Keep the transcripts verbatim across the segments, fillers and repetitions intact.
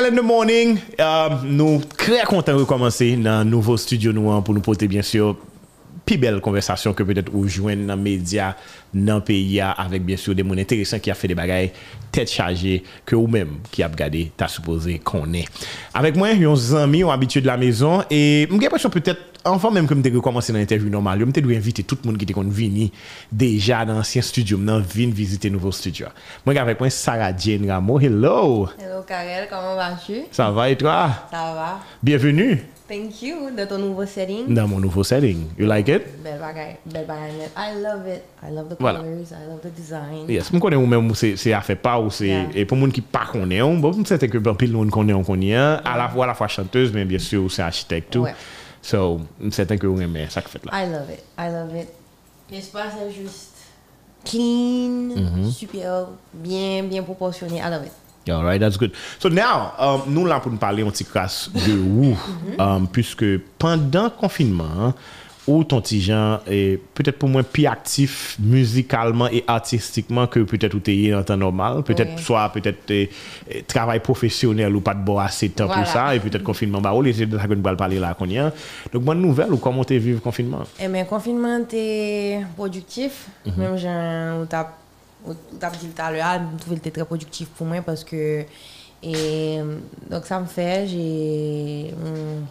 in the morning. Uh, nous très contents de recommencer dans un nouveau studio nous pour nous porter bien sûr plus belle conversation que peut-être vous joindre dans les médias dans le pays avec bien sûr des gens intéressants qui a fait des bagailles tête chargée que vous-même qui a regardé t'as supposé qu'on est. Avec moi, un ami, un habitué de la maison et j'ai l'impression peut-être enfin même comme tu recommencé dans l'interview normale, je dû inviter tout le monde qui était venu déjà dans l'ancien studio, dans venir visiter le nouveau studio. Moi avec moi Sarah Jane Rameau. Hello. Hello Karel, comment vas-tu? Ça va et toi? Ça va. Bienvenue. Thank you de ton nouveau setting. Dans mon nouveau setting. You like it? Belle bagaille, belle bagaille. I love it. I love the Voilà. colors. I love the design. Yes, je connais ou même c'est c'est à faire pas ou c'est Yeah. et pour monde qui pas connaît, on bon c'est que ben pile monde connaît on connaît à la fois à la fois chanteuse mais bien sûr c'est architecte tout. Ouais. So, c'est que vous aimez ça que fait là. I love it. I love it. L'espace est juste clean, Mm-hmm. super, bien, bien proportionné. I love it. All right, that's good. So now, um, nous là pour nous parler un petit crasse de où, um, puisque pendant le confinement, où ton petit Jean est peut-être pour moi plus actif musicalement et artistiquement que peut-être où t'es en temps normal, peut-être Oui. soit peut-être eh, eh, travail professionnel ou pas de bon assez de temps Voilà. pour ça, et peut-être confinement, bah, c'est de ça que nous allons parler là qu'on y a. Donc, bonne nouvelle, ou comment t'es vivre le confinement? Eh bien, confinement, t'es productif. Même j'ai on t'a on t'a dit tout à l'heure, je trouve que c'était très productif pour moi parce que et donc ça me fait j'ai hum,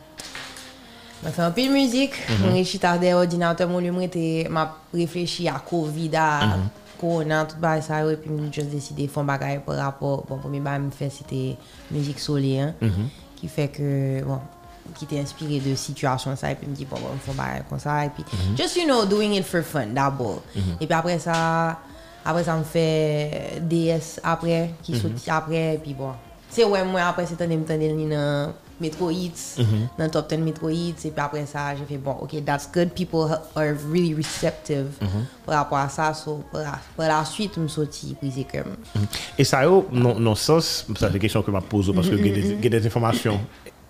m'a fait un peu de musique, j'ai chita derrière ordinateur mon lui était m'a réfléchi à Covid à corona tout ça ça et puis j'ai juste décidé de faire un bagage par rapport bon premier bagage me fait c'était musique solaire hein, qui fait que bon qui était inspiré de situation ça et puis me dit bon bon faut bagage comme ça et puis just you know doing it for fun d'abord et puis après ça après ça me fait D S après qui sorti après et puis bon c'est ouais moi après c'est tandem tandem dans Metro Hits dans le top dix Metro Hits et puis après ça j'ai fait bon ok that's good people are really receptive par rapport à ça so par la, par la suite me sorti brisé comme Et ça, yo, non, non sens, ça c'est une question que je me pose parce que il y a des- il y a des informations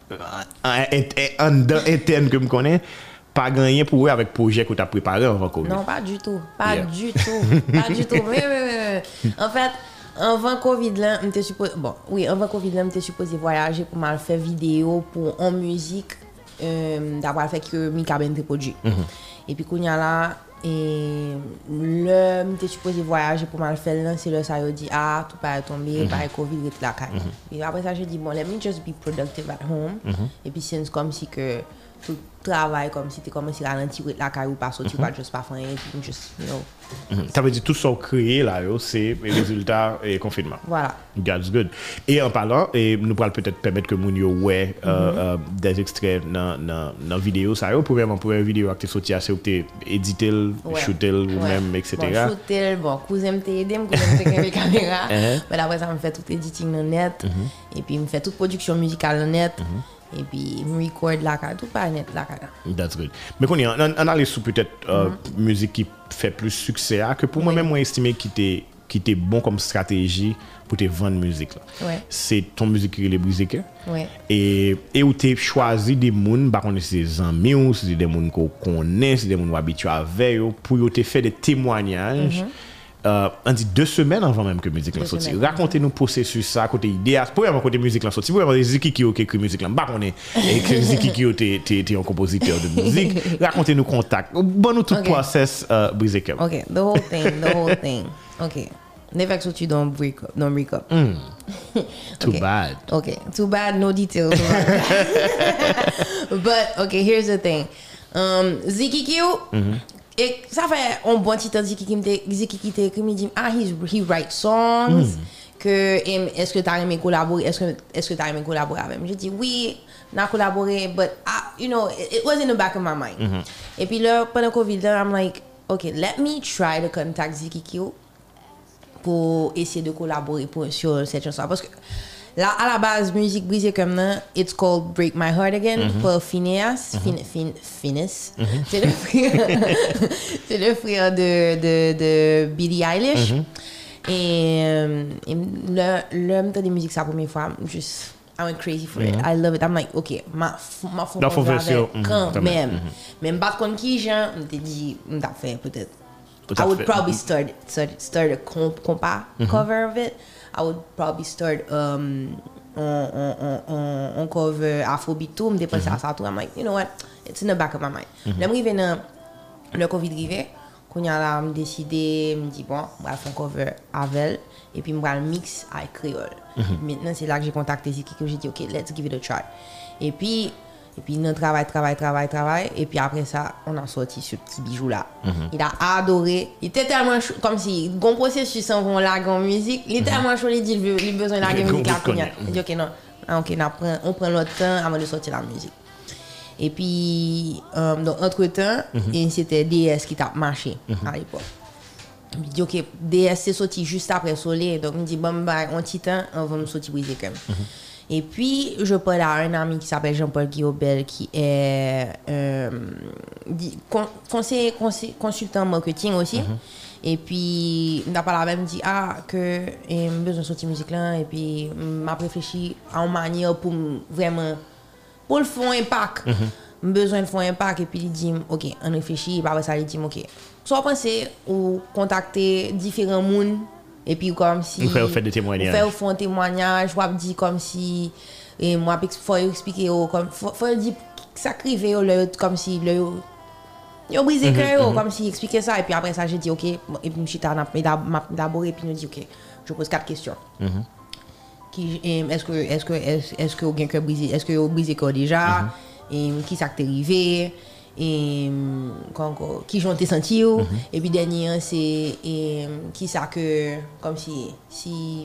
internes que je connais, pas gagné pour eux avec le projet que tu as préparé avant Covid. non pas du tout pas Yeah. du tout pas du tout mais, mais, mais, mais. En fait avant Covid là m'étais supposé bon oui avant Covid là m'étais supposé voyager pour mal faire vidéo pour en musique euh, d'avoir fait que Mika Ben te produit et puis qu'on y a là et le m'étais supposé voyager pour mal faire là c'est là ça yo dit ah tout pas tomber par Covid et la caille et après ça j'ai dit bon let me just be productive at home et puis c'est comme si que tout travail comme si tu commences à ralentir la caille ou pas sortir pas juste pas faire et puis just you know Mhm. Ça veut dire tout ça créé là, yo, c'est le résultat et confinement. voilà. That's good. Et en parlant, et nous pourrons peut-être permettre que moun yo ouais euh, euh, des extraits dans dans dans vidéo ça yo premièrement pour une vidéo que tu sorti assez ou tu édité, Ouais. shooté ou Ouais. même et cetera. Bon, shooter, bon, cousin me t'aider, cousin me t'aider avec caméra. Uh-huh. Mais après ça me fait tout editing dans net et puis me fait toute production musicale dans net et puis me record la carte tout pas net la carte. That's good. Mais qu'on y a, on, on allait sur peut-être euh, musique qui fait plus succès hein, que pour moi-même moi estimé qui était qui était bon comme stratégie pour te vendre musique là. Ouais. C'est ton musique qui est les brisé cœur. Ouais. Et et où tu choisi des moun par contre c'est des amis ou c'est des moun qu'on connaît, c'est des moun habitués avec eux pour yo te faire des témoignages. Euh, on dit deux semaines avant même que musique la Deux sorti. semaines. Racontez-nous le processus ça côté idée, pour avant côté musique la sorti, pour avoir des Ziki qui écrit musique là, pas on est et que Ziki qui était était un compositeur de musique. Racontez-nous contact. Bon nous tout Ok. process euh, brisé cœur. Okay, the whole thing, the whole thing. Okay. Never so you don't break up, don't break up. Too Okay. bad. Okay, too bad, no details. But okay, here's the thing. Um, Ziki Q, et ça fait un bon petit temps Ziki Q me Ziki Q te écrit me dit ah he's, he write songs. Que em, est-ce que tu as aimé collaborer est-ce que est-ce que tu as aimé collaborer avec moi? J'ai dit oui, on a collaboré, but I, you know it, it was in the back of my mind. Et puis là pendant Covid là, I'm like okay, let me try to contact Ziki Q pour essayer de collaborer pour, sur cette chanson parce que là à la base musique brisée comme ça it's called Break My Heart Again par Phineas Fin, Fin, Phineas c'est le frère c'est le frère de de de Billie Eilish et, euh, et le le temps de musique ça la première fois juste I went crazy for it. I love it. I'm like, okay, ma ma fond La fond version, avec quand mhm, même. Même pas contre qui j'ai, on t'a dit, on t'a fait peut-être. Tout à I would fait. probably start start start a comp, compa cover of it. I would probably start um on, on, on, on, on cover Afrobeat tout, je pense à ça tout. I'm like, you know what, it's in the back of my mind. Mm-hmm. Là, je dans le Covid arrivé, quand je me décidé, je me dis, bon, je vais faire un cover avec et puis je vais le mix avec créole. Mm-hmm. Maintenant, c'est là que j'ai contacté Ziki, que j'ai dit, OK, let's give it a try. Et puis, et puis, nous travail, travail, travail, travail. Et puis après ça, on a sorti ce petit bijou-là. Mm-hmm. Il a adoré. Il était tellement chaud, comme si, bon processus en vont la grande musique. Il était tellement chaud, il dit, il a besoin de la grande musique. Il dit, OK, non, OK, on prend, on prend notre temps avant de sortir la musique. Et puis, euh, donc, entre-temps, mm-hmm. c'était D S qui t'a marché mm-hmm. à l'époque. Il dit, OK, D S c'est sorti juste après Soleil. Donc, il me dit, bon, bah, on petit temps, on va me sortir briser quand même. Mm-hmm. Et puis, je parle à un ami qui s'appelle Jean-Paul Guillobel, qui est euh, con, conseiller, conseiller, consultant marketing aussi. Mm-hmm. Et puis, on a parlé avec, me dit, ah, que j'ai besoin de sortir musique là. Et puis, m'a réfléchi à une manière pour vraiment, pour le faire un impact. Mm-hmm. Besoin de faire un impact. Et puis, il dit, OK, on réfléchit. Et puis après ça, il dit, OK, soit penser ou contacter différents mondes. Et puis comme si on fait des témoignages, on fait un témoignage, on dit comme si et moi faut expliquer comme faut, faut dire ça crivé comme si le yo brisé cœur comme si expliquer ça et puis après ça j'ai dit OK et puis m'chita m'a d'abord et puis nous dit OK je pose quatre questions. Mm-hmm. Qui est-ce que est-ce que est-ce que vous avez brisé est-ce que vous brisé corps déjà mm-hmm. et qui ça t'est arrivé et encore qui j'ont été senti mm-hmm. et puis dernier c'est et qui ça que comme si si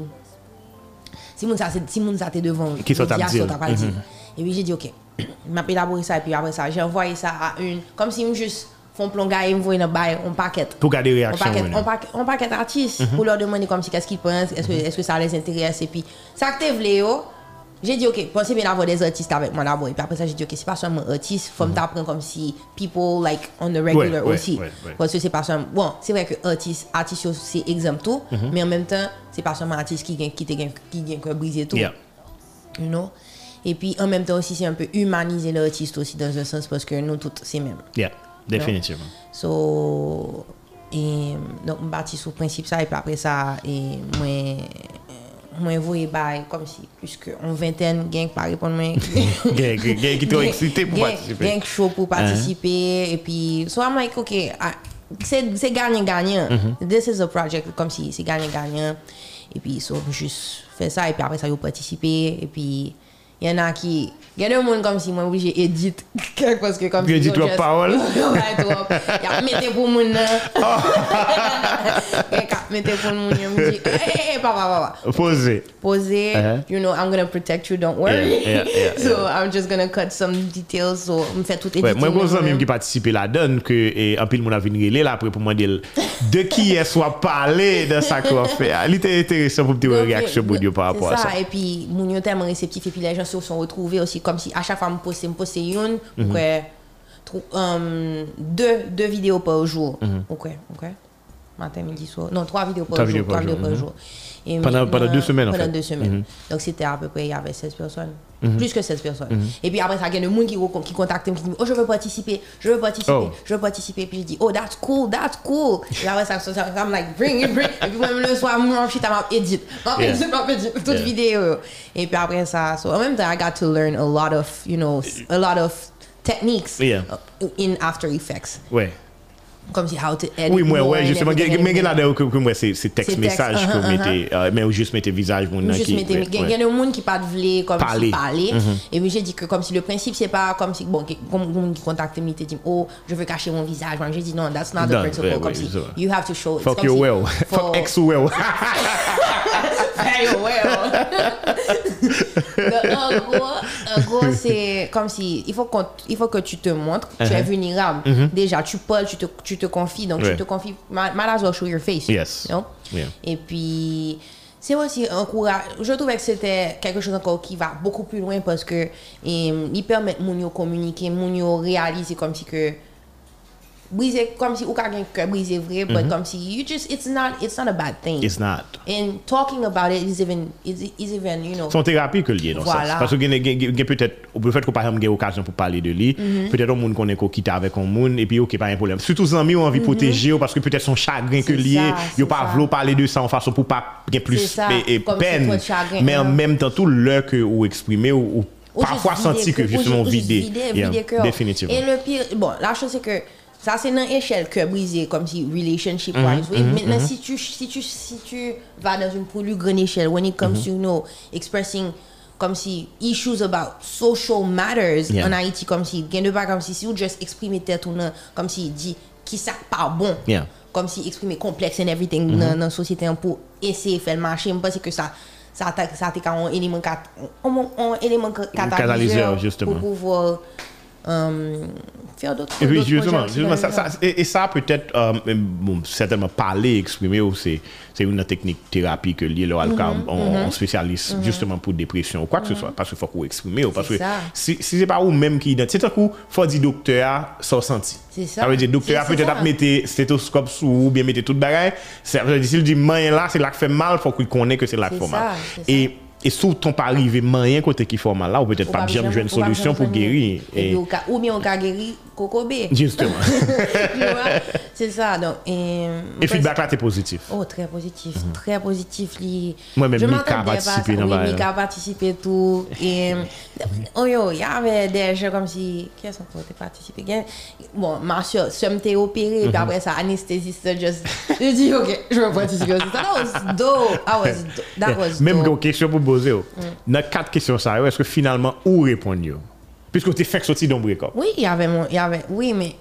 si moun ça si moun ça t'es devant qui sont à dire mm-hmm. et puis j'ai dit OK m'a élaboré ça et puis après ça j'ai envoyé ça à une comme si me juste font plonga et me voyer dans bail on paquet pour garder réaction on paquet on paquet artistes mm-hmm. pour leur demander comme si qu'est-ce qu'ils pensent est-ce que est-ce que ça les intéresse et puis ça que t'es vle yo. J'ai dit, OK, pensez bien d'avoir des artistes avec moi d'abord. Et puis après ça, j'ai dit, OK, c'est pas seulement artistes, il faut me t'apprendre comme si people, like, on the regular ouais, aussi. Ouais, ouais. Parce que c'est pas seulement. Bon, c'est vrai que artistes, artistes, c'est exemple tout, mm-hmm. mais en même temps, c'est pas seulement artistes qui gagnent qui gagnent qui gagnent que briser tout. Yeah. You know? Et puis en même temps aussi, c'est un peu humaniser l'artiste aussi dans un sens parce que nous tous, c'est même. Yeah, définitivement. So, et donc, on bâtit sur le principe ça, et puis après ça, et moi. Moi, voyez, comme si, puisque en vingtaine, gang pas répondre moi. Gang qui t'ont excité pour participer. Gang chaud pour participer. Uh-huh. Et puis, so I'm like, OK, I, c'est, c'est gagnant-gagnant. Mm-hmm. This is a project, comme si c'est gagnant-gagnant. Et puis, so, juste faire ça, et puis après ça, ils participer. Et puis, il y en a qui. Il y a des gens comme si moi, obligé d'éditer. Parce que comme si. Édite trop parole. Il y a mettez pour mon. Mettez pour mon. Il me dit, hé, papa, papa. Posez. Posez. Uh-huh. You know, I'm going to protect you, don't worry. Yeah, yeah, yeah, so yeah. I'm just going to cut some details. So, je fais tout éditer. Ouais, moi, je pense même qui participe là-dedans, que un pile mon a venu relé là après pour moi dire de qui est soit parler de ça qu'on fait. Il était intéressant pour me dire réaction par rapport à ça. Et puis, mon yo tellement réceptif et puis les gens se sont retrouvés aussi comme si à chaque fois me poster me poster une mm-hmm. um, deux deux vidéos par jour. Mm-hmm. OK, OK. Matin, midi, soir. Non, trois vidéos par trois jour, vidéos trois par vidéos jour. par jour. Et pendant pendant deux semaines en fait. Pendant deux semaines. Mm-hmm. Donc c'était à peu près il y avait seize personnes. Mm-hmm. Plus que seize personnes. Mm-hmm. Et puis après ça, il y a des gens qui qui contactent me qui disent "Oh, je veux participer, je veux participer, oh. je veux participer." Puis je dis "Oh, that's cool, that's cool." Et après ça, ça I'm like "Bring it, bring." Et puis moi le soir, moi je m'a édite. M'a édite, m'a édite toute vidéo. Et puis après ça, so en même temps I got to learn a lot of, you know, a lot of techniques yeah. in After Effects. Ouais. Comme si how to edit. Oui, moi, ouais, justement, mais là, que moi, c'est texte message que vous mettez, mais ou juste mettez visage, mon nom qui. Il y a des gens qui pas de comme si parler. Et puis j'ai dit que comme si le principe c'est pas comme si bon, comme qui contacte me te dit oh, je veux cacher mon visage. J'ai dit non, that's not the principle. Comme si you have to show. Fuck your well. Fuck ex well. Very well. En gros, en gros, c'est comme si il faut il faut que tu te montres, tu es vulnérable. Déjà, tu parles, tu te tu te confies, donc tu te confies. Might as well show your face. Yes. You know? Yeah. Et puis c'est aussi un courage. Je trouvais que c'était quelque chose encore qui va beaucoup plus loin parce que il permet moun yo communiquer, moun yo réaliser comme si que brisé comme si ou ka gen cœur brisé vrai, but comme si you just it's not it's not a bad thing. It's not. And talking about it is even is, is even you know. Son thérapie que lié dans Voilà. ça. Parce que gen peut-être le fait qu'on par exemple gen occasion pour parler de lui, peut-être on monde connaît qu'on quitte avec un monde et puis OK pas un problème. Surtout amis ont envie de protéger parce que peut-être son chagrin que lié, yo pas vouloir parler de ça en façon pour pas gen plus et peine. Mais en même temps tout l'heure que ou exprimer ou parfois senti que justement vidé. Définitivement. Et le pire, bon, la chose c'est que ça c'est dans échelle cœur brisé comme si relationship wise. Mm -hmm, Maintenant mm -hmm. si tu si tu si tu vas dans une plus grande échelle when it comes mm -hmm. to you know expressing comme si issues about social matters yeah. en Haïti comme si gain de pas comme si si ou juste exprimer tête ou non comme si dit qui ça pas bon. Yeah. Comme si exprimer complexe and everything mm -hmm. dans la société pour essayer faire le marché, parce que ça ça ça t'est un élément un élément catalyseur justement pour pouvoir um, faire d'autres et puis justement, justement ça, ça, et, et ça peut-être um, bon, certainement parler exprimer c'est c'est une technique thérapie que lié là mm-hmm, on, mm-hmm. on spécialiste mm-hmm. justement pour dépression ou quoi que mm-hmm. ce soit parce qu'il faut qu'on exprimer parce que ça. si si c'est pas ou même qui identifie c'est un coup faut dire docteur sans senti c'est ça ça veut dire docteur peut-être mettre stéthoscope sous ou bien mettre toute bagaille ça veut dire s'il dit main là c'est là qui fait mal faut qu'il connaisse que c'est là qui fait mal et et surtout ton pas arriver moyen côté qui fait mal là ou peut-être pas bien jouer une solution pour guérir et ou bien on ka guérir cocobé justement c'est ça donc et et feedback là t'es positif oh très positif mm-hmm. très positif li moi même Mika participer dans oui, Mika participer tout et oh yo il y avait des gens comme si qu'est-ce qu'on peut participer bon ma soeur somme t'es opéré et puis après ça anesthésiste just je dis OK je vais participer ça was dope I was that was même une question pour poser dans quatre questions ça est-ce que finalement où répondre puisque tu fais sortir d'un break-up. Oui, il y avait mon, il y avait, oui, mais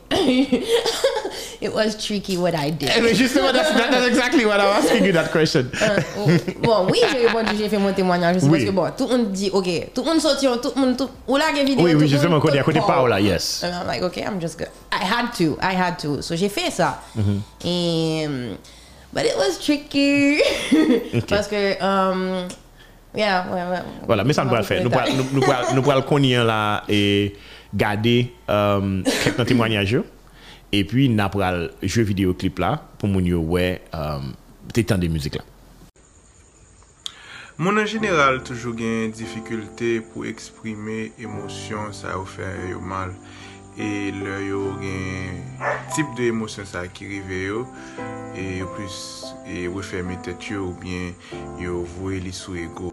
it was tricky what I did. Mais justement, that's, that's exactly what I was asking you that question. uh, oh, bon, oui, j'ai répondu, j'ai fait mon témoignage aussi, oui. Parce que bon, tout le monde dit, OK, tout le monde sortit, tout le monde, tout, ou là, il vidéo. Oui, oui, justement, côté à côté Paola, yes. And I'm like, OK, I'm just good. I had to, I had to. So j'ai fait ça. Mm-hmm. Et, but it was tricky. Okay. Parce que, um, yeah, ouais, ouais. Voilà, mais ça ne va pas le faire. Nous pourrons nous pourrons le connaître là et garder euh, quelques témoignages et puis nous pourrons le jeu vidéo clip là pour nous ouais euh, des temps de musique là. Mon en général toujours une difficulté pour exprimer émotion ça au fait yo mal et le yo un type de émotion ça qui rive yo et plus et refermer tête yo ou bien yo voyer li sous ego.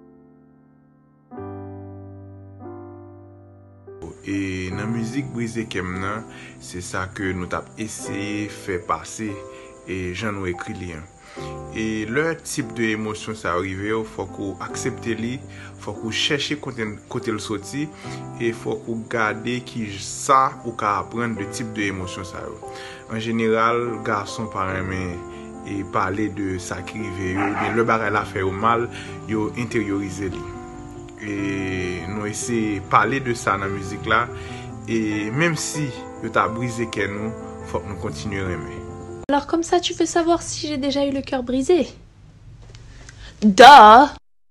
Et dans la musique brisée kem nan, c'est ça que nous avons essayé de faire passer et j'en ai écrit lien. Et leur type d'émotion ça arrive, il faut qu'on accepte li, il faut qu'on cherche côté le sorti et il faut qu'on garde qui ça ou qu'à apprendre le type d'émotion ça. En général, garçon par aimer et parler de ça qui arrive, le bagage la fait au mal, yo intérioriser li. Et nous essayons de parler de ça dans la musique là et même si tu as brisé que nous, il faut que nous continuions à aimer. Alors comme ça tu veux savoir si j'ai déjà eu le cœur brisé? Duh!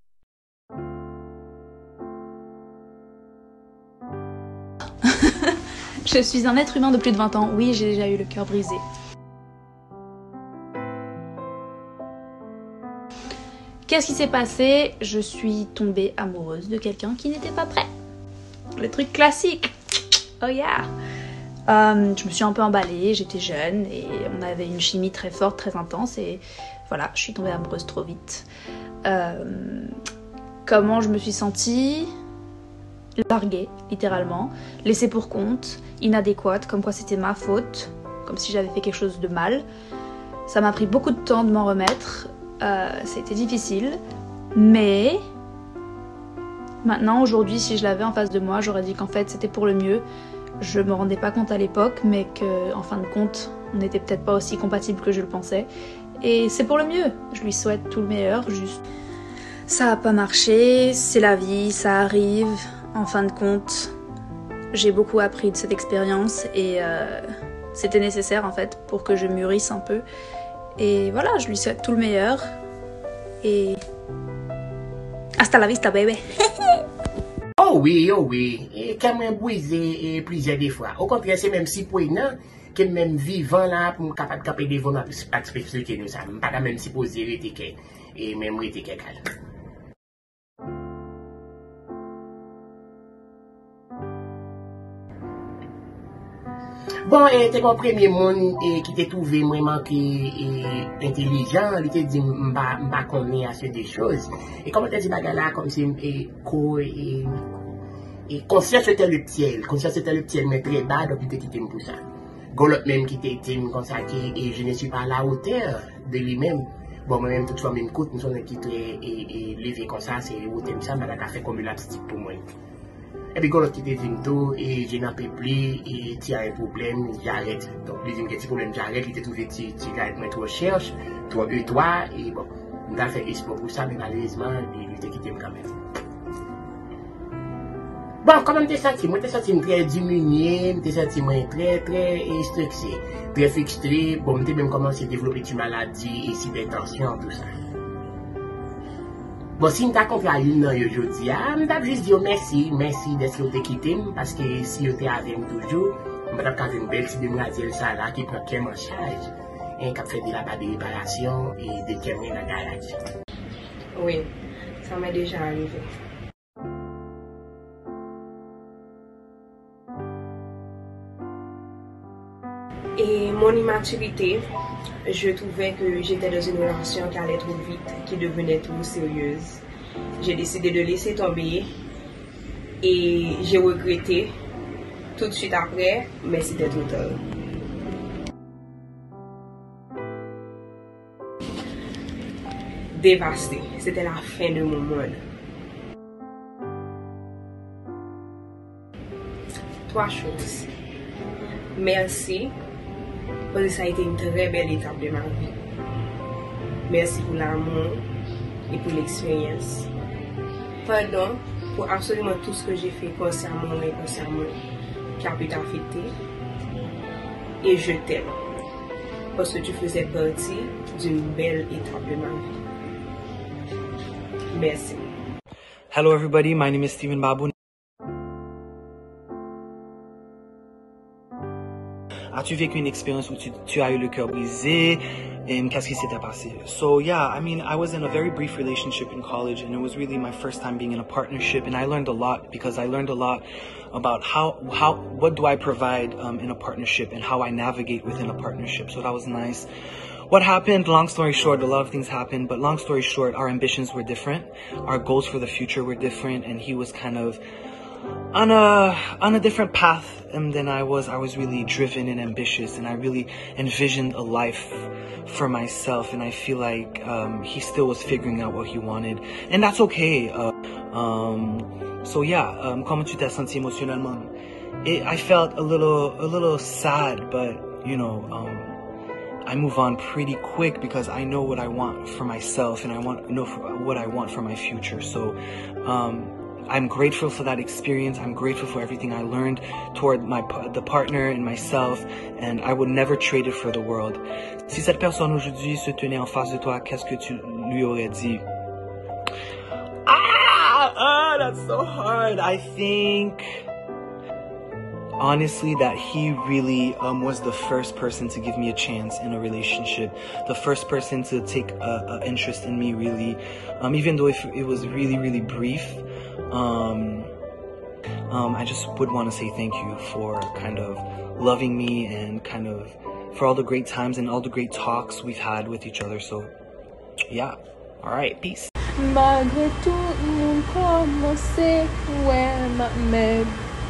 Je suis un être humain de plus de vingt ans, oui j'ai déjà eu le cœur brisé. Qu'est-ce qui s'est passé? Je suis tombée amoureuse de quelqu'un qui n'était pas prêt. Le truc classique. Oh yeah. Euh, je me suis un peu emballée, j'étais jeune et on avait une chimie très forte, très intense et voilà, je suis tombée amoureuse trop vite. Euh, comment je me suis sentie? Larguée, littéralement. Laissée pour compte, inadéquate, comme quoi c'était ma faute, comme si j'avais fait quelque chose de mal. Ça m'a pris beaucoup de temps de m'en remettre. Euh, c'était difficile, mais maintenant, aujourd'hui, si je l'avais en face de moi, j'aurais dit qu'en fait c'était pour le mieux. Je me rendais pas compte à l'époque, mais qu'en fin de compte, on n'était peut-être pas aussi compatibles que je le pensais. Et c'est pour le mieux. Je lui souhaite tout le meilleur, juste. Ça a pas marché, c'est la vie, ça arrive. En fin de compte, j'ai beaucoup appris de cette expérience et euh, c'était nécessaire en fait pour que je mûrisse un peu. Et voilà, je lui souhaite tout le meilleur. Et hasta la vista, bébé. Oh oui, oh oui. Et quand même brisé plusieurs des fois. Au contraire, c'est même si pour non, que même vivant là pour me capable de capter devant la spécificité nous ça pas même supposer rester et même rester quelque. Bon, et c'était mon premier monde qui t'a trouvé vraiment qui est intelligent, il t'a dit m'pa m'pa connaît assez des choses. Et comment t'as dit bagarre là comme si et co et et conscience intellectuelle, conscience intellectuelle mais très bas donc il t'a quitté pour ça. Golot même qui t'a dit comme ça qui et je ne suis pas à la hauteur de lui-même. Bon, moi-même toutefois même côté nous sommes qui très et et levé comme ça c'est hauteur ça mais ça fait comme une lapstique pour moi. Et puis, quand l'autre qui devine tout, et je n'en peux plus, et tu as un problème, j'arrête. Donc, les petits problèmes, j'arrête, il te trouve tu arrêtes mettre recherche, toi et toi, et bon, on a fait espoir pour ça, mais malheureusement, il te quitté quand même. Bon, comment t'es senti? Moi, t'es senti très diminué, t'es senti très, très stressé, très frustré. Bon, t'es même commencé à développer une maladie, et si des tensions, tout ça. Bon, si je t'ai confié à une aujourd'hui, je t'ai juste dit merci, merci d'être là quitté, parce que si vous êtes avec nous toujours, je vais faire une belle petite demoiselle ça là qui prend en charge, et qui fait de la part de réparation et de terminer la garage. Oui, ça m'est déjà arrivé. Et mon immaturité, je trouvais que j'étais dans une relation qui allait trop vite, qui devenait trop sérieuse. J'ai décidé de laisser tomber et j'ai regretté tout de suite après, mais c'était trop tard. Dévastée, c'était la fin de mon monde. Trois choses. Merci. Parce que ça a été une très belle étape de ma vie. Merci pour l'amour et pour l'expérience. Pardon pour absolument tout ce que j'ai fait concernant et concernant qui a pu t'affecter. Et je t'aime. Parce que tu faisais partie d'une belle étape de ma vie. Merci. Hello everybody, my name is Stephen Babu. As-tu vécu une expérience où tu, tu as eu le cœur brisé? And qu'est-ce qui s'était passé? So yeah, I mean, I was in a very brief relationship in college, and it was really my first time being in a partnership, and I learned a lot because I learned a lot about how how what do I provide um, in a partnership and how I navigate within a partnership. So that was nice. What happened, long story short, a lot of things happened, but long story short, our ambitions were different. Our goals for the future were different, and he was kind of on a on a different path um, than I was. I was really driven and ambitious, and I really envisioned a life for myself, and I feel like um, he still was figuring out what he wanted, and that's okay. Uh, um, so yeah, um, comment tu t'es senti émotionnellement? It, I felt a little a little sad, but you know, um, I move on pretty quick because I know what I want for myself, and I want know for what I want for my future. So. Um, I'm grateful for that experience. I'm grateful for everything I learned toward my the partner and myself, and I would never trade it for the world. Si cette personne aujourd'hui se tenait en face de toi, qu'est-ce que tu lui aurais dit? Ah, ah, that's so hard. I think honestly that he really um, was the first person to give me a chance in a relationship, the first person to take a, a interest in me really, um, even though if it was really really brief. Um, um, I just would want to say thank you for kind of loving me and kind of for all the great times and all the great talks we've had with each other. So, yeah. All right. Peace. Malgré tout, mon commençait, ouais, ma mère.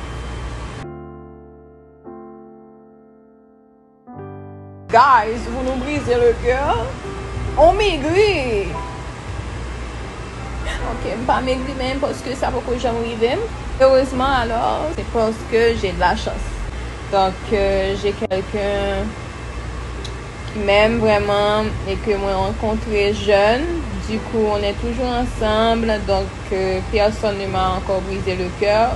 Guys, vous nous brisez le cœur. On maigrit. Ok, pas maigri même parce que ça va que j'aime arriver. Heureusement alors, c'est parce que j'ai de la chance. Donc euh, j'ai quelqu'un qui m'aime vraiment et que moi rencontré jeune. Du coup, on est toujours ensemble. Donc euh, personne ne m'a encore brisé le cœur.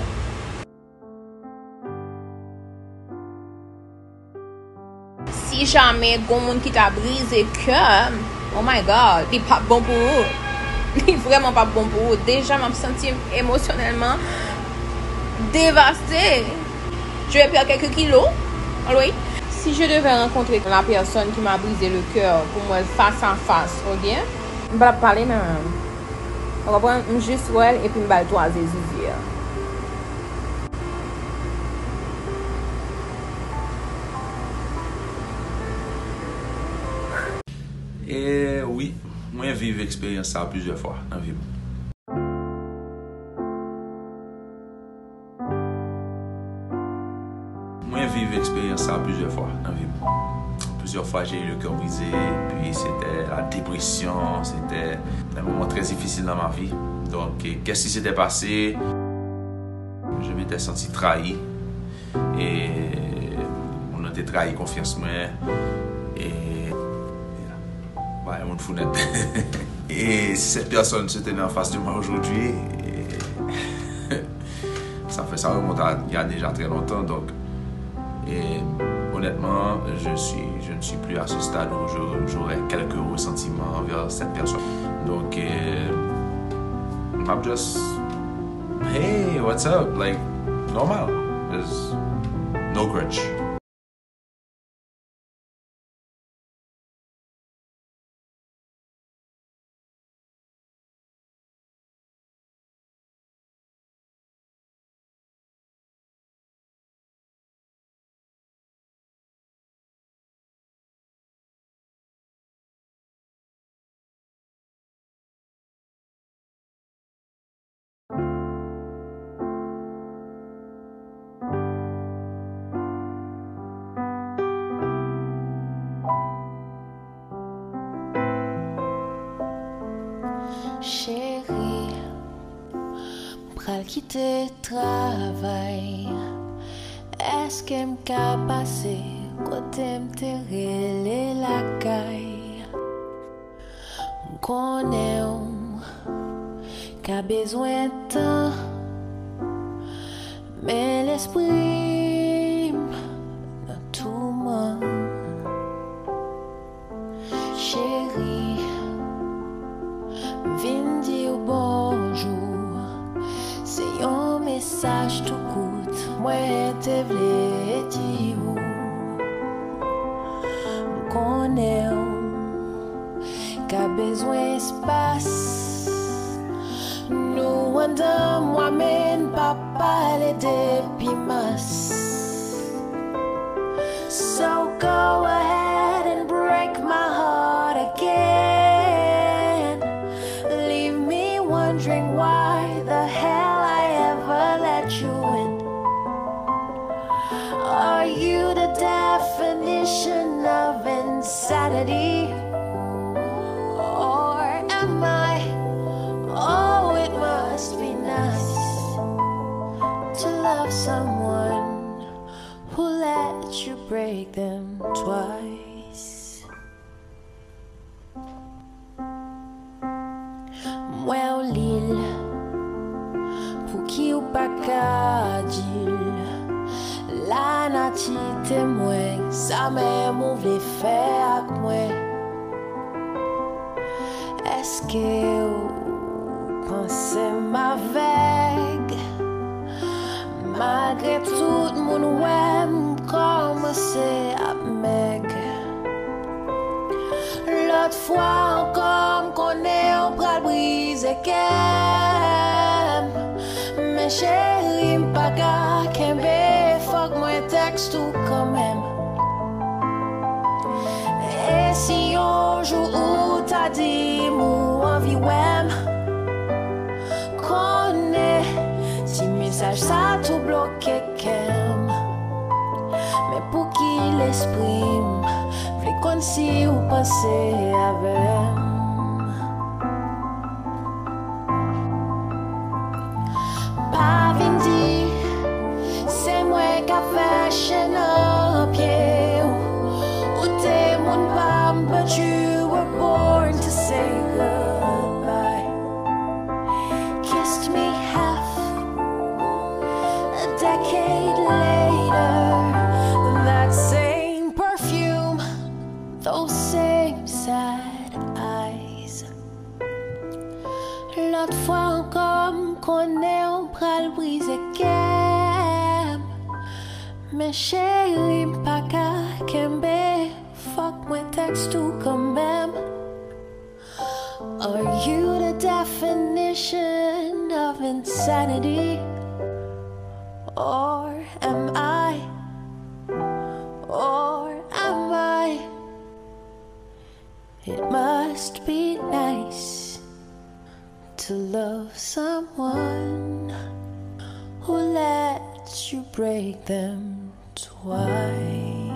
Si jamais il y a quelqu'un qui t'a brisé le cœur, oh my god, il n'est pas bon pour vous. Il n'est vraiment pas bon pour vous. Déjà, je me sens émotionnellement dévastée. Je vais perdre quelques kilos. Oui. Si si je devais rencontrer la personne qui m'a brisé le cœur pour moi face à face, ok? Je vais parler même. On va prendre juste ouais et puis je vais toi des yeux. Et oui, moi j'ai vécu l'expérience ça plusieurs fois dans la vie. Moi j'ai vécu l'expérience ça plusieurs fois dans la vie. Plusieurs fois j'ai eu le cœur brisé, puis c'était la dépression, c'était un moment très difficile dans ma vie. Donc qu'est-ce qui s'était passé? Je m'étais senti trahi et on a été trahi confiance moi et ouais, mon fournette. Et cette personne se tenait en face de moi aujourd'hui, ça fait ça remonte à il y a déjà très longtemps. Donc, et honnêtement, je, suis, je ne suis plus à ce stade où j'aurais quelques ressentiments envers cette personne. Donc, euh, I'm just, hey, what's up? Like, normal. There's no grudge. Chérie, pral quitter travail. Est-ce que m'ka passé côté m'terrer la caille? M'connais qu'a besoin de temps, mais l'esprit dans tout monde. Chérie, vin dire bonjour, c'est un message tout coûte. Moi te vle dire m'connais qu'a besoin espace. Nous andam moi-même pas parler depuis mas. So go ahead and break my heart again. Leave me wondering why the hell I ever let you in. Are you the definition of insanity? Or am I? Oh, it must be nice to love someone who let you break them twice. Moi au l'île, pour qui ou pas qu'à dire, la nati témoin, ça même ou vle faire avec moi. Est-ce que vous pensez ma vague? Malgré tout le monde, ouais, commencer à meg. L'autre fois encore, qu'on est en bras brisé qu'aime. Mais chérie, m'pas qu'à qu'aimer, faut que moi texte tout quand même. Et si un jour où t'as dit mou envie ouais, connais si message ça tout bloqué qu'aime. Mais pour qu'il exprime, v'lait qu'on si ou passer avec. Pas vindi, c'est moi qui a fait chaîne en pied. Ou t'es mon pam, but you were born to say goodbye. Kissed me half a decade later. That same perfume, those same sad eyes. L'autre fois encore, qu'on est en bras brisé qu'aime. Mais chérie, pas qu'à can be fuck with text to come back. Are you the definition of insanity? Or am I? Or am I? It must be nice to love someone who lets you break them twice.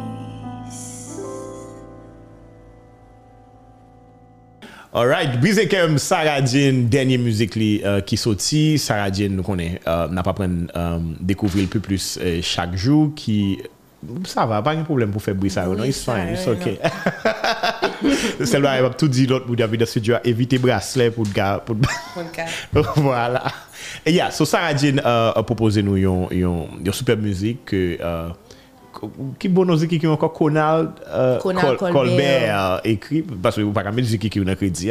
Alright, Brise Kem, Sarah Jane, dernier musique li euh, qui sorti. Sarah Jane, nous connaît, euh, n'a pas prendre euh, découvrir un peu plus euh, chaque jour qui ça va, pas de problème pour faire bruit ça, non, it's fine, it's okay. C'est là, il va tout dire l'autre pour dire dans le studio, éviter bracelet pour le gars, pour voilà. Et yeah, so Sarah Jane euh, a proposé nous une une une super musique que euh, qui bon musique qui encore Conal euh, Col Colbert, Colbert écrit parce que vous pas musique qui on a crédit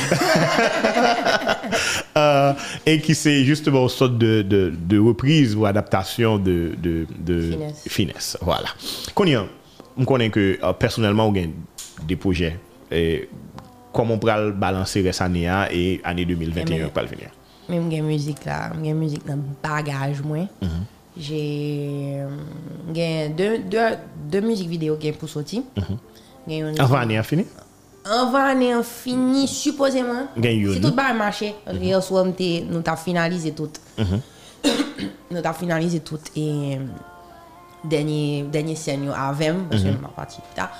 euh, et qui c'est justement une sorte de, de, de reprise ou adaptation de de de finesse, finesse voilà. Connais on connaît que euh, personnellement on gagne des projets et comment on peut balancer cette année et année deux mille vingt et un pas le venir. Même gagne musique là, gagne musique dans bagage moi. Mm-hmm. J'ai euh, deux, deux, deux musiques vidéo qui sont pour sortir. Mm-hmm. Avant l'année fini? Avant l'année fini, supposément. Si tout va marcher, parce que hier soir, nous avons finalisé tout. Mm-hmm. Nous avons finalisé tout. Et dernier, dernier scène avec parce que je suis parti plus tard.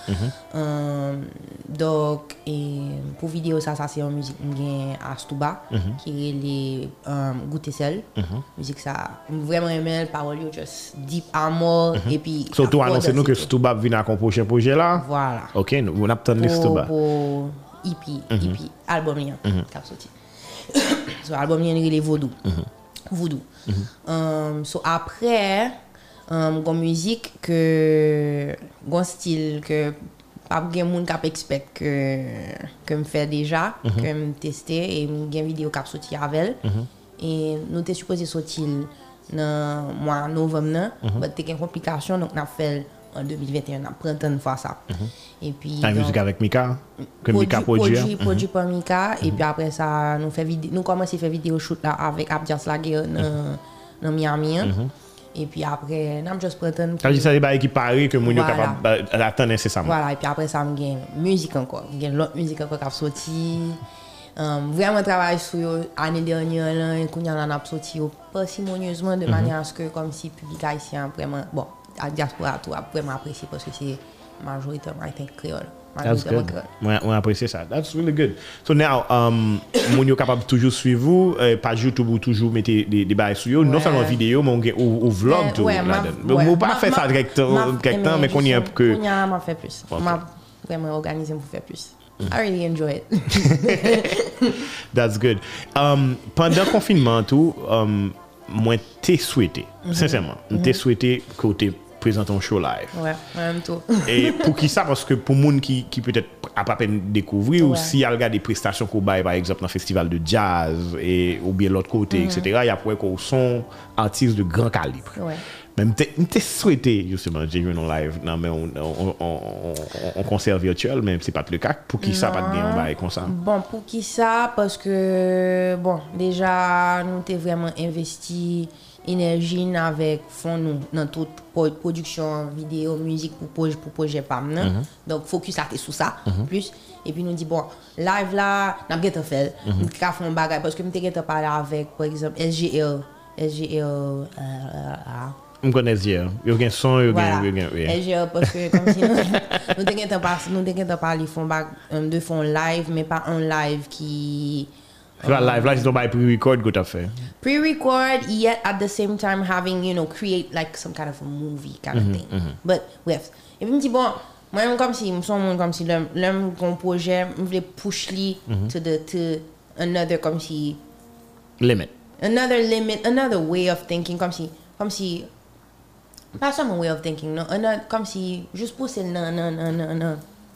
Donc, et pour vidéo, ça, ça c'est une musique à Stouba, mm-hmm. qui est les um, Goûter Sel. Mm-hmm. Musique ça, vraiment aimé, le parole, juste deep amour. Mm-hmm. Et puis. Surtout, annoncez-nous que Stouba vient à un prochain projet là. Voilà. Ok, nous avons attendu Stouba. Pour E P, mm-hmm. E P, album, qui a sorti. So, album, il y a les Vaudou. Mm-hmm. Voodoo. Mm-hmm. Um, so, après, um, une musique que. Un style que. Pas de monde qui expect que que me fait déjà mm-hmm. que me tester et une vidéo qui a sorti avec mm-hmm. et nous était supposé sortir dans mois novembre là mais c'était une complication donc on a fait en deux mille vingt et un on a printemps de faire ça mm-hmm. et puis la musique avec Mika que Mika produit produit produit par Mika et puis après ça nous fait vidéo nous commencer faire vidéo shoot là avec Abdias Laguerre dans dans Miami. Et puis après, on a juste printemps. Ça dit ça des qui paraît que moun yo capable d'attendre incessamment. Voilà, et puis après ça, on gagne musique encore. On gagne l'autre musique encore qui a sorti. Um, vraiment travail sur l'année dernière, là, et qu'on y a sorti parcimonieusement de mm-hmm. manière à ce que, comme si le public haïtien vraiment, bon, la diaspora tout a vraiment apprécié parce que c'est majoritairement, I think, créole. That's good. On apprécie ça. That's really good. So now, um, moun yo capable toujours suivre vous, euh, page YouTube ou toujours mettre des des bails sur yo, non seulement vidéo, mais ou vlog tout là-dedans. Mais pas faire ça directement quelque mais qu'on y a que. On y a m'a fait plus. M'a vraiment organisé pour faire plus. I really enjoy it. That's good. Um, pendant le confinement tout, um, moi t'ai souhaité, mm-hmm. sincèrement, mm-hmm. t'ai souhaité côté présente un show live. Ouais, même tout. Et pour qui ça? Parce que pour moun qui, qui peut-être a pas peine découvrir, ouais. ou si y a regardé des prestations qu'on baille, par exemple, dans un festival de jazz, et, ou bien l'autre côté, mm-hmm. et cetera, il y a pour qu'on sont artistes de grand calibre. Ouais. Même t'es souhaité, justement, j'ai vu en live, non, mais on, on, on, on, on concert virtuel, même si c'est pas le cas. Pour qui non. ça, pas de bien, on baille comme ça? Bon, pour qui ça? Parce que, bon, déjà, nous t'es vraiment investi énergie avec fond nous dans toute production vidéo musique pour projet pour projet pam mm-hmm. donc focus à sur ça mm-hmm. plus et puis nous dit bon live là n'a pas fait nous ca faire un bagage parce que me t'ai parler avec par exemple S G L S G L on connaît S G L il y a un son il y a S G L parce que comme si nous t'ai pas nous t'ai parler font de font live mais pas un live qui So um, live, like, it's not by pre-record, good affair. Pre-record, yet at the same time having, you know, create like some kind of a movie kind mm-hmm, of thing. Mm-hmm. But with, et puis me dit bon, moi comme si, me sens comme si l'homme, l'homme qu'on projet, me voulait push lui mm-hmm. to the to another comme si limit. Another limit, another way of thinking, comme si, comme si, pas seulement way of thinking, non, another, comme si juste pousser non non non non non.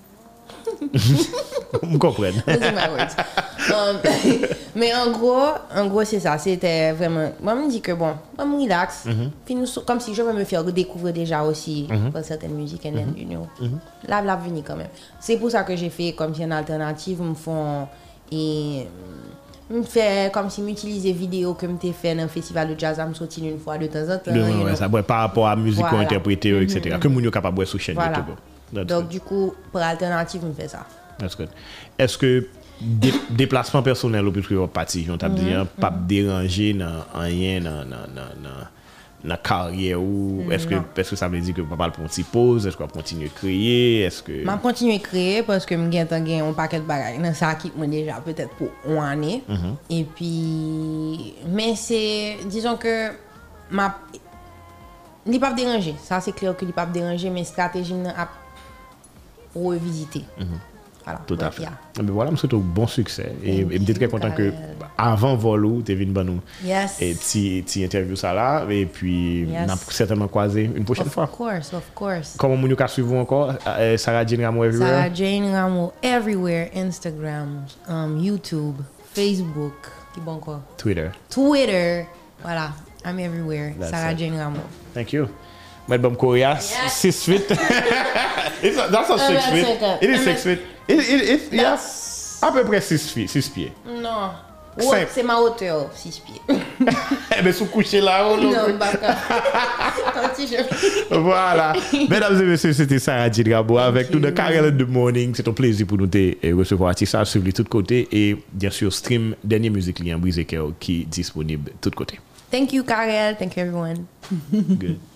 Je comprends. Losing my words. Um, mais en gros, en gros c'est ça. C'était vraiment... Moi, je me dis que bon, je me relax. Mhm. Puis nous, comme si je veux me faire découvrir déjà aussi Mhm. par certaines musiques. And then, Mhm. you know, Mhm. là, là, venir quand même. C'est pour ça que j'ai fait comme si une alternative, me font... Et... me fait comme si m'utiliser vidéo que m'était fait dans un festival de jazz, me sortir une fois de temps en temps. Le- you ouais, know. ça, ouais, par rapport à la musique qu'on Voilà. interprète, et cetera. Mhm. Que nous sommes capables de sur chaîne Voilà. YouTube. That's Donc, good. du coup, pour alternative, me fait ça. That's good. Est-ce que dé, déplacement personnel ou puisque vous parti, on t'a dit, Mhm, hein, pas déranger dans rien dans dans dans dans dans carrière ou est-ce que Non. est-ce que ça veut dire que papa prend une petite pause, est-ce qu'on va continuer à créer, est-ce que Je continue à créer parce que je gagne un paquet de bagages. Dans ça qui moi déjà peut-être pour une année. Mhm. Et puis, mais c'est, disons que ma, il n'est pas dérangé. Ça c'est clair qu'il n'est pas dérangé, mais stratégie à revisiter. Mhm. Voilà. Tout à Donc, fait. yeah. Mais voilà, je souhaite un bon succès. Et Thank je suis très you, content que Karel. avant Volo, tu es venu nous Yes. et petit petit interview ça là et puis Yes. on a certainement croisé une prochaine Of fois. course, of course. Comment nous ka suivre encore euh, Sarah Jane Rameau everywhere? Sarah Jane Rameau everywhere, Instagram, um, YouTube, Facebook, qui bon encore? Twitter. Twitter. Voilà, I'm everywhere. That's Sarah it. Jane Rameau. Thank you. Madame Korea, six feet. It's a, that's not six Un feet. mètre cinquante. It is Un six mètre- feet. It, it, it, yes. À peu près six pieds. Six pieds. Non. Cinq. Ouais, c'est ma hauteur, six pieds. Eh bien, sous coucher là, oh, Non, pas quand je... Voilà. Mesdames et messieurs, c'était Sarah Jane Rameau avec nous de Karel in the Morning. C'est un plaisir pour nous de eh, recevoir Tissa, suivre de tous côtés et bien sûr, stream dernière musique liée en Brise Cœur qui est disponible de tous côtés. Thank you, Karel. Thank you, everyone. Good.